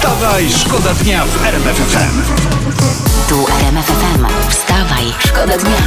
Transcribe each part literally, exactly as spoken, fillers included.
Wstawaj, szkoda dnia w R M F F M. Tu R M F F M. Wstawaj, szkoda dnia.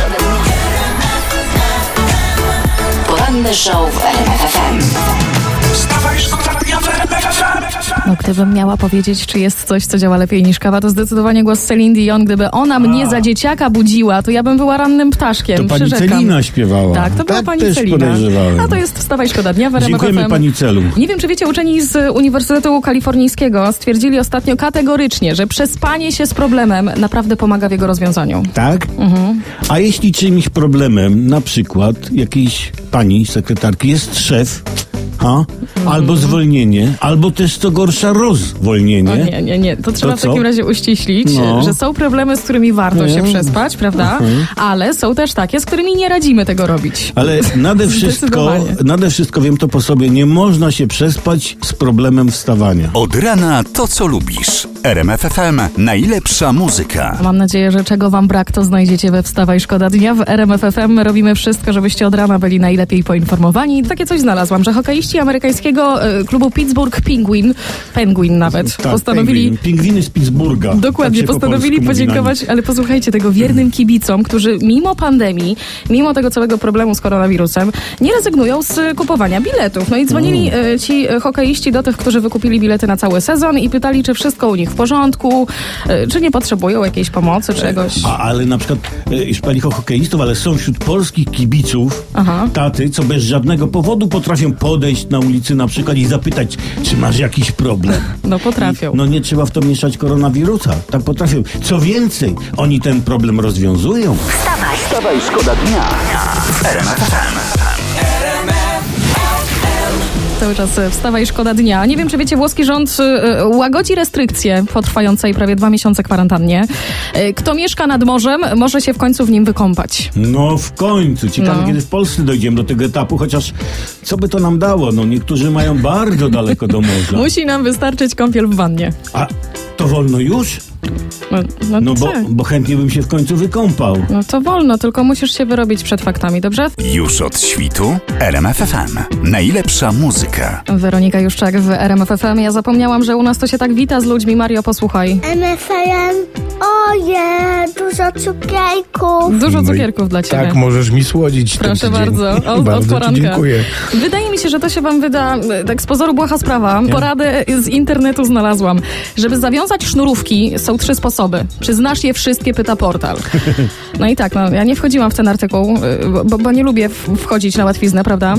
Poranny show w R M F F M. Wstawaj, szkoda dnia w R M F F M. No, gdybym miała powiedzieć, czy jest coś, co działa lepiej niż kawa, to zdecydowanie głos Celine Dion. Gdyby ona mnie za dzieciaka budziła, to ja bym była rannym ptaszkiem. To pani Przyrzekam. Celina śpiewała. Tak, to była tak pani też Celina. podejrzewałem. A to jest Wstawaj, szkoda dnia w R M F F M. Dziękujemy pani Celu. Nie wiem, czy wiecie, uczeni z Uniwersytetu Kalifornijskiego stwierdzili ostatnio kategorycznie, że przespanie się z problemem naprawdę pomaga w jego rozwiązaniu. Tak? Mhm. A jeśli czymś problemem, na przykład jakiejś pani sekretarki jest szef, ha? Albo zwolnienie, albo też co gorsza rozwolnienie. O nie, nie, nie. To trzeba To w co? takim razie uściślić, No. że są problemy, z którymi warto się przespać, prawda? Mhm. Ale są też takie, z którymi nie radzimy tego robić. Ale nade wszystko, Zdecydowanie. nade wszystko wiem to po sobie, nie można się przespać z problemem wstawania. Od rana to, co lubisz. R M F F M. Najlepsza muzyka. Mam nadzieję, że czego wam brak, to znajdziecie we Wstawaj, szkoda dnia. W R M F F M robimy wszystko, żebyście od rana byli najlepiej poinformowani. Takie coś znalazłam, że hokeiści amerykańskiego e, klubu Pittsburgh Penguin, Penguin nawet, Tak, postanowili... pingwin. Pingwiny z Pittsburgha. Dokładnie, Tak się po postanowili polsku mówi na podziękować, ale posłuchajcie tego, wiernym kibicom, którzy mimo pandemii, mimo tego całego problemu z koronawirusem, nie rezygnują z kupowania biletów. No i dzwonili e, ci e, hokeiści do tych, którzy wykupili bilety na cały sezon i pytali, czy wszystko u nich w porządku, e, czy nie potrzebują jakiejś pomocy, czegoś. A, ale na przykład, e, już pani o hokeistów, ale są wśród polskich kibiców Aha. taty, co bez żadnego powodu potrafią podejść na ulicy na przykład i zapytać, czy masz jakiś problem. No potrafią. I, no nie trzeba w to mieszać koronawirusa. Tak potrafią. Co więcej, oni ten problem rozwiązują. Wstawaj, Wstawaj, szkoda dnia w R M F F M. Cały czas e, Wstawaj, szkoda dnia. Nie wiem, czy wiecie, włoski rząd e, łagodzi restrykcje po trwającej prawie dwa miesiące kwarantannie. E, Kto mieszka nad morzem, może się w końcu w nim wykąpać. No w końcu. Ciekawe, No. kiedy w Polsce dojdziemy do tego etapu, chociaż co by to nam dało? No niektórzy mają bardzo daleko do morza. Musi nam wystarczyć kąpiel w wannie. A to wolno już? No, no, No bo, tak. bo chętnie bym się w końcu wykąpał. No to wolno, tylko musisz się wyrobić przed faktami, dobrze? Już od świtu R M F F M. Najlepsza muzyka. Weronika Juszczak w R M F F M. Ja zapomniałam, że u nas to się tak wita z ludźmi. Mario, posłuchaj. M F M, oje, dużo cukierków. Dużo No i cukierków dla ciebie. Tak, możesz mi słodzić ten Proszę tydzień. bardzo, od, od Bardzo ci poranka. dziękuję. Wydaje mi się, że to się wam wyda, e, tak z pozoru błaha sprawa. Poradę z internetu znalazłam. Żeby zawiązać sznurówki, są trzy sposoby. Czy znasz je wszystkie, pyta portal. No i tak, no, ja nie wchodziłam w ten artykuł, e, bo, bo nie lubię w- wchodzić na łatwiznę, prawda?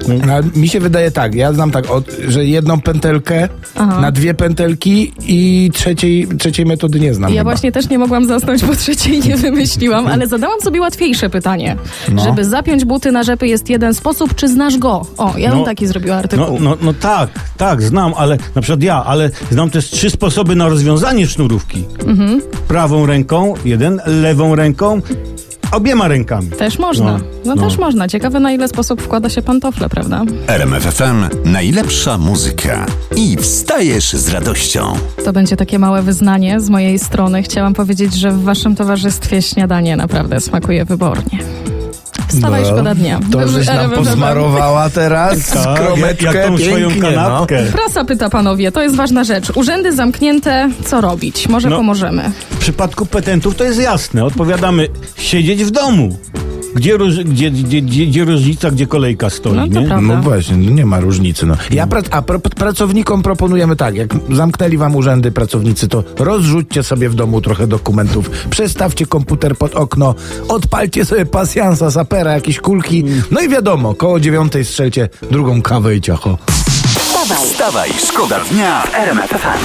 A mi się wydaje tak, ja znam tak, od, że jedną pętelkę Aha. na dwie pętelki i trzeciej, trzeciej metody nie znam Ja chyba. właśnie też nie mogłam zasnąć, bo trzeciej nie wymyśliłam, ale zadałam sobie łatwiejsze pytanie. No. Żeby zapiąć buty na rzepy jest jeden sposób, czy znasz go? O, ja bym No, taki zrobiła No, artykuł. no, no tak, tak, znam, ale na przykład ja, ale znam też trzy sposoby na rozwiązanie sznurówki. Mhm. Prawą ręką, jeden, lewą ręką, obiema rękami. Też można. No, No, też no. można. Ciekawe, na ile sposób wkłada się pantofle, prawda? R M F F M. Najlepsza muzyka. I wstajesz z radością. To będzie takie małe wyznanie z mojej strony. Chciałam powiedzieć, że w waszym towarzystwie śniadanie naprawdę smakuje wybornie. Wstawaj, No, szkoda dnia. To żeś nam pozmarowała teraz Tak, kromeczkę, jak, jak tą swoją pięknie, no. kanapkę. Prasa pyta, panowie, to jest ważna rzecz. Urzędy zamknięte, co robić? Może No. pomożemy. W przypadku petentów to jest jasne. Odpowiadamy, siedzieć w domu. Gdzie, róż, gdzie, gdzie, gdzie, gdzie różnica, gdzie kolejka stoi, No to nie? prawda. No właśnie, no nie ma różnicy. No. Ja pra, a pro, pracownikom proponujemy tak, jak zamknęli wam urzędy pracownicy, to rozrzućcie sobie w domu trochę dokumentów, przestawcie komputer pod okno, odpalcie sobie pasjansa, sapera, jakieś kulki, no i wiadomo, koło dziewiątej strzelcie drugą kawę i ciacho. wstawaj, Wstawaj, szkoda dnia w R M F F M.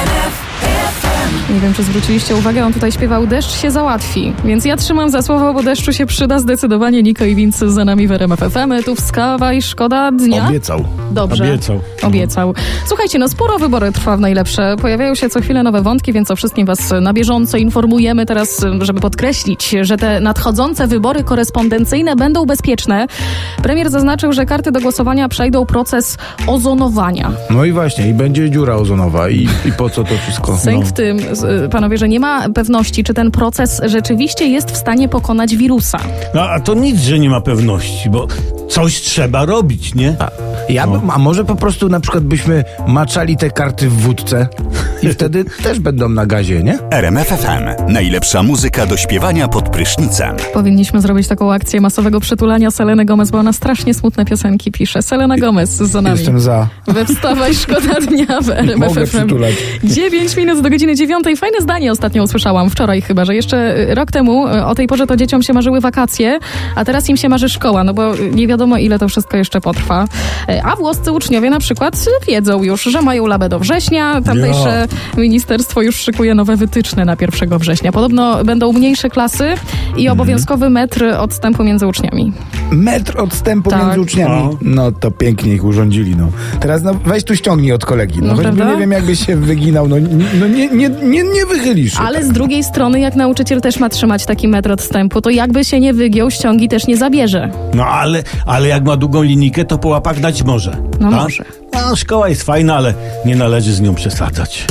Nie wiem, czy zwróciliście uwagę, on tutaj śpiewał Deszcz się załatwi, więc ja trzymam za słowo, bo deszczu się przyda zdecydowanie. Niko i Vince za nami w R M F F M. Tu wstawaj, szkoda dnia. Obiecał. Dobrze. Obiecał. Obiecał. Słuchajcie, no sporo wybory trwa w najlepsze. Pojawiają się co chwilę nowe wątki, więc o wszystkim was na bieżąco informujemy teraz, żeby podkreślić, że te nadchodzące wybory korespondencyjne będą bezpieczne. Premier zaznaczył, że karty do głosowania przejdą proces ozonowania. No i właśnie, i będzie dziura ozonowa i, i po co to wszystko? Sęk No. w tym, z- panowie, że nie ma pewności, czy ten proces rzeczywiście jest w stanie pokonać wirusa. No, a to nic, że nie ma pewności, bo coś trzeba robić, nie? Ja bym, a może po prostu na przykład byśmy maczali te karty w wódce? i wtedy też będą na gazie, nie? R M F F M. Najlepsza muzyka do śpiewania pod prysznicem. Powinniśmy zrobić taką akcję masowego przytulania Seleny Gomez, bo ona strasznie smutne piosenki pisze. Selena Gomez za nami. Jestem za. We Wstawaj, szkoda dnia w R M F Mogę F M. przytulać. dziewięć minut do godziny dziewiątej. Fajne zdanie ostatnio usłyszałam, wczoraj chyba, że jeszcze rok temu o tej porze to dzieciom się marzyły wakacje, a teraz im się marzy szkoła, no bo nie wiadomo, ile to wszystko jeszcze potrwa. A włoscy uczniowie na przykład wiedzą już, że mają labę do września. Tamtejsze ministerstwo już szykuje nowe wytyczne na pierwszego września. Podobno będą mniejsze klasy i obowiązkowy metr odstępu między uczniami. Metr odstępu Tak. między uczniami. No. No to pięknie ich urządzili, no. Teraz no, weź tu ściągnij od kolegi. No, No, choćby prawda? nie wiem, jakbyś się wyginał, no, no nie, nie, nie, nie wychylisz się. Ale z drugiej strony, jak nauczyciel też ma trzymać taki metr odstępu, to jakby się nie wygiął, ściągi też nie zabierze. No ale, ale jak ma długą linijkę, to po łapach dać może. No A? może. A szkoła jest fajna, ale nie należy z nią przesadzać.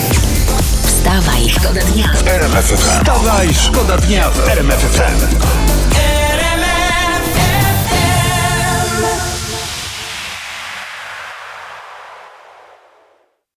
Wstawaj, szkoda dnia. Wstawaj, szkoda dnia w R M F F M.